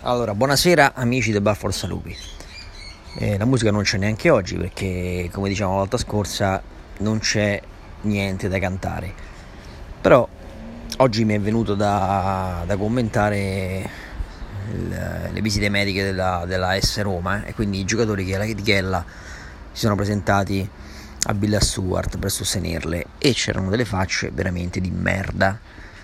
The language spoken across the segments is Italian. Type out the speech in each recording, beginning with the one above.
Allora, buonasera amici del Bar Forza Lupi. La musica non c'è neanche oggi perché, come diciamo la volta scorsa, non c'è niente da cantare. Però oggi mi è venuto da commentare le visite mediche della S Roma e quindi i giocatori di Chella si sono presentati a Villa Stuart per sostenerle e c'erano delle facce veramente di merda,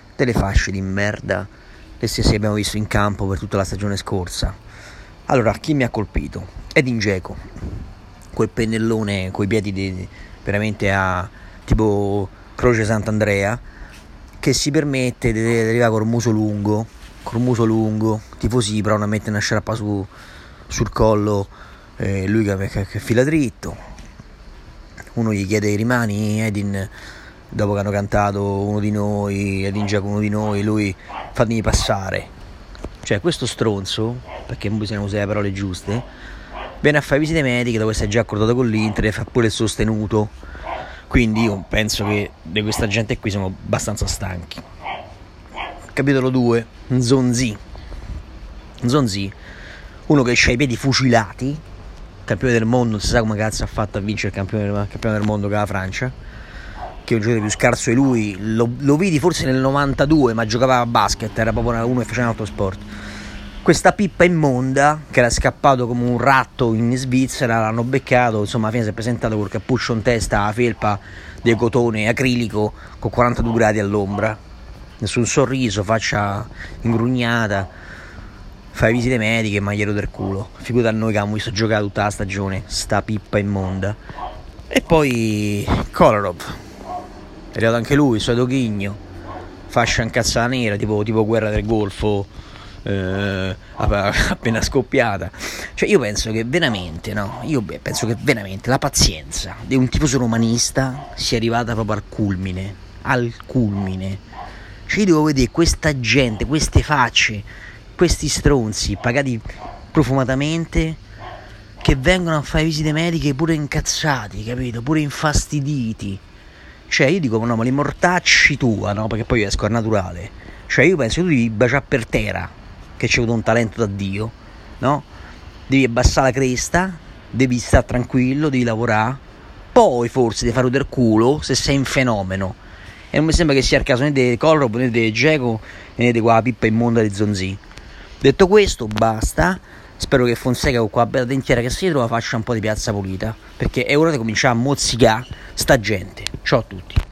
le stesse che abbiamo visto in campo per tutta la stagione scorsa. Allora, chi mi ha colpito? Edin Dzeko, quel pennellone coi piedi veramente a tipo Croce Sant'Andrea, che si permette di arrivare col muso lungo, tifosi provano a mettere una sciarpa sul collo, lui che fila dritto. Uno gli chiede: rimani Edin? Dopo che hanno cantato uno di noi, Edin Dzeko uno di noi, lui: fatemi passare. Cioè, questo stronzo, perché non bisogna usare le parole giuste, viene a fare visite mediche dopo essere già accordato con l'Inter e fa pure il sostenuto. Quindi io penso che di questa gente qui siamo abbastanza stanchi. Capitolo 2, Nzonzi, uno che ha i piedi fucilati, campione del mondo, non si sa come cazzo ha fatto a vincere il campione del mondo che è la Francia, che è un giocatore più scarso di lui. Lo vidi forse nel 92, ma giocava a basket, era proprio uno che faceva un altro sport. Questa pippa immonda che era scappato come un ratto in Svizzera, l'hanno beccato, insomma alla fine si è presentato col cappuccio in testa, la felpa di cotone acrilico con 42 gradi all'ombra, nessun sorriso, faccia ingrugnata, fai visite mediche e magliero del culo. Figurati a noi che abbiamo visto giocare tutta la stagione sta pippa immonda. E poi Kolarov, è arrivato anche lui, il solito ghigno, fascia incazzata nera, tipo guerra del Golfo, appena scoppiata. Cioè io penso che veramente, la pazienza di un tifoso romanista sia arrivata proprio al culmine. Cioè io devo vedere questa gente, queste facce, questi stronzi pagati profumatamente, che vengono a fare visite mediche pure incazzati, capito? Pure infastiditi. Cioè io dico, no, ma li mortacci tua, no? Perché poi io esco al naturale. Cioè io penso che tu devi baciare per terra, che c'è avuto un talento da Dio, no? Devi abbassare la cresta, devi stare tranquillo, devi lavorare, poi forse devi fare del culo se sei un fenomeno. E non mi sembra che sia il caso né di Kolarov, né di Dzeko, né di quella pippa immonda di Nzonzi. Detto questo, basta. Spero che Fonseca con quella bella dentiera che si trova faccia un po' di piazza pulita, perché è ora di cominciare a mozzicare sta gente. Ciao a tutti.